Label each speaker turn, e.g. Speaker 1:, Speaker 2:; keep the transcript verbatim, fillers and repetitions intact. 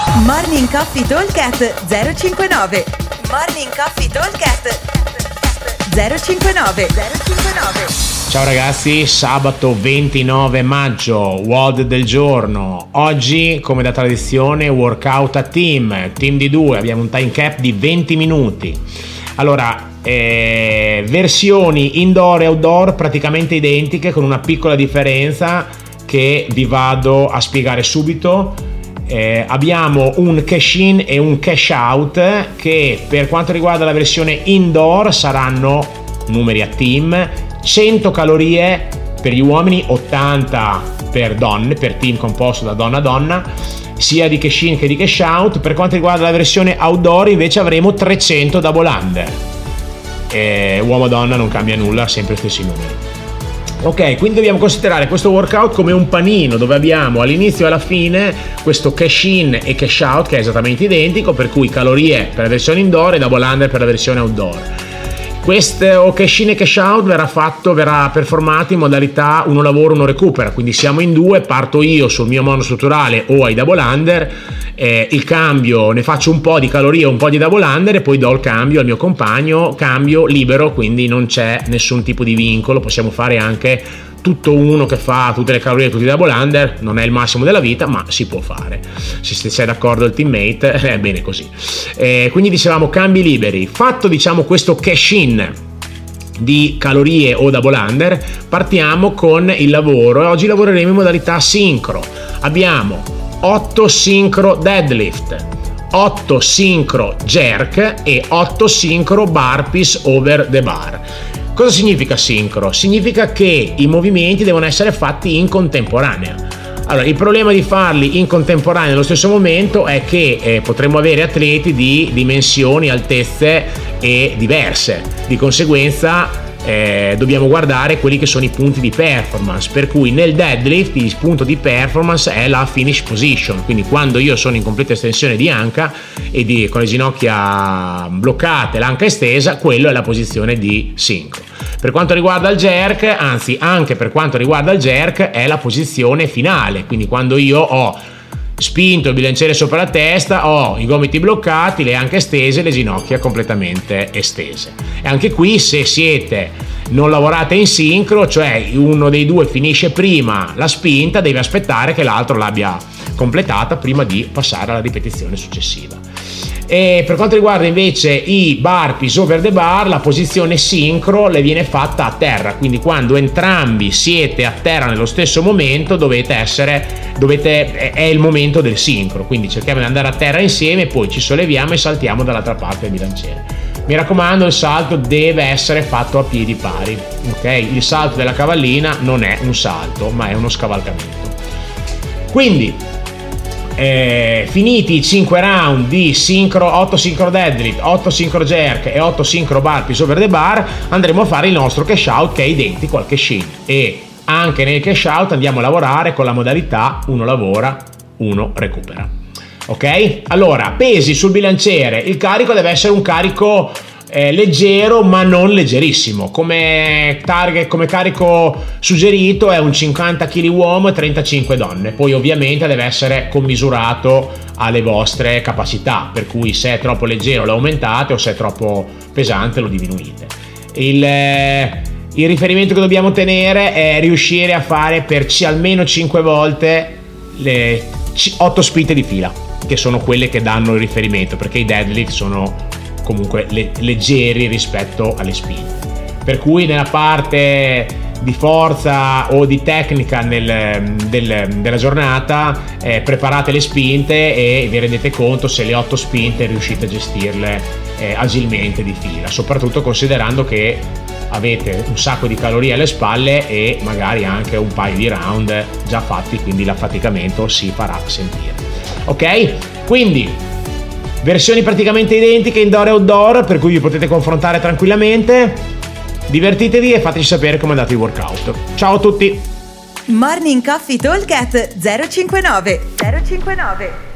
Speaker 1: Morning Coffee Talk zero cinquantanove. Morning Coffee Talk zero cinquantanove. zero cinquantanove.
Speaker 2: Ciao ragazzi, sabato ventinove maggio, W O D del giorno. Oggi, come da tradizione, workout a team, team di due, abbiamo un time cap di venti minuti. Allora, eh, versioni indoor e outdoor praticamente identiche, con una piccola differenza che vi vado a spiegare subito. Eh, abbiamo un cash in e un cash out che per quanto riguarda la versione indoor saranno numeri a team, cento calorie per gli uomini, ottanta per donne, per team composto da donna a donna, sia di cash in che di cash out. Per quanto riguarda la versione outdoor invece avremo trecento double under. Eh, uomo-donna non cambia nulla, sempre gli stessi numeri. Ok, quindi dobbiamo considerare questo workout come un panino dove abbiamo all'inizio e alla fine questo cash in e cash out che è esattamente identico, per cui calorie per la versione indoor e double under per la versione outdoor. Questo cash in e cash out verrà fatto, verrà performato in modalità uno lavoro, uno recupera, quindi siamo in due, parto io sul mio monostrutturale o ai double under, eh, il cambio, ne faccio un po' di calorie, un po' di double under e poi do il cambio al mio compagno, cambio libero, quindi non c'è nessun tipo di vincolo, possiamo fare anche tutto uno che fa tutte le calorie e tutti i double under, non è il massimo della vita ma si può fare, se sei d'accordo il teammate è bene così. Eh, quindi dicevamo cambi liberi, fatto diciamo questo cash in di calorie o double under, partiamo con il lavoro e oggi lavoreremo in modalità sincro. Abbiamo otto sincro deadlift, otto sincro jerk e otto sincro burpees over the bar. Cosa significa sincro? Significa che i movimenti devono essere fatti in contemporanea. Allora, il problema di farli in contemporanea nello stesso momento è che eh, potremmo avere atleti di dimensioni, altezze e diverse. Di conseguenza eh, dobbiamo guardare quelli che sono i punti di performance, per cui nel deadlift il punto di performance è la finish position, quindi quando io sono in completa estensione di anca e di, con le ginocchia bloccate, l'anca estesa, quello è la posizione di sincro. Per quanto riguarda il jerk, anzi anche per quanto riguarda il jerk è la posizione finale, quindi quando io ho spinto il bilanciere sopra la testa, ho i gomiti bloccati, le anche estese, le ginocchia completamente estese. E anche qui, se siete non lavorate in sincro, cioè uno dei due finisce prima la spinta, deve aspettare che l'altro l'abbia completata prima di passare alla ripetizione successiva. E per quanto riguarda invece i burpees over the bar, la posizione sincro le viene fatta a terra, quindi quando entrambi siete a terra nello stesso momento dovete essere, dovete, è il momento del sincro, quindi cerchiamo di andare a terra insieme, poi ci solleviamo e saltiamo dall'altra parte del bilanciere. Mi raccomando, il salto deve essere fatto a piedi pari, ok? Il salto della cavallina non è un salto, ma è uno scavalcamento. Quindi Eh, finiti i cinque round di sincro, otto sincro deadlift, otto sincro jerk e otto sincro burpees over the bar, andremo a fare il nostro cash out che è identico al cash in, e anche nel cash out andiamo a lavorare con la modalità uno lavora, uno recupera. Ok? Allora, pesi sul bilanciere, il carico deve essere un carico Eh, leggero ma non leggerissimo, come target, come carico suggerito è un cinquanta chili uomo e trentacinque donne, poi ovviamente deve essere commisurato alle vostre capacità, per cui se è troppo leggero lo aumentate o se è troppo pesante lo diminuite. Il, eh, il riferimento che dobbiamo tenere è riuscire a fare per c- almeno cinque volte le c- otto spinte di fila, che sono quelle che danno il riferimento, perché i deadlift sono comunque le, leggeri rispetto alle spinte, per cui nella parte di forza o di tecnica nel, del, della giornata eh, preparate le spinte e vi rendete conto se le otto spinte riuscite a gestirle eh, agilmente di fila, soprattutto considerando che avete un sacco di calorie alle spalle e magari anche un paio di round già fatti, quindi l'affaticamento si farà sentire. Ok? Quindi versioni praticamente identiche indoor e outdoor, per cui vi potete confrontare tranquillamente. Divertitevi e fateci sapere come è andato il workout. Ciao a tutti.
Speaker 1: Morning Coffee Talk zero cinquantanove. zero cinquantanove.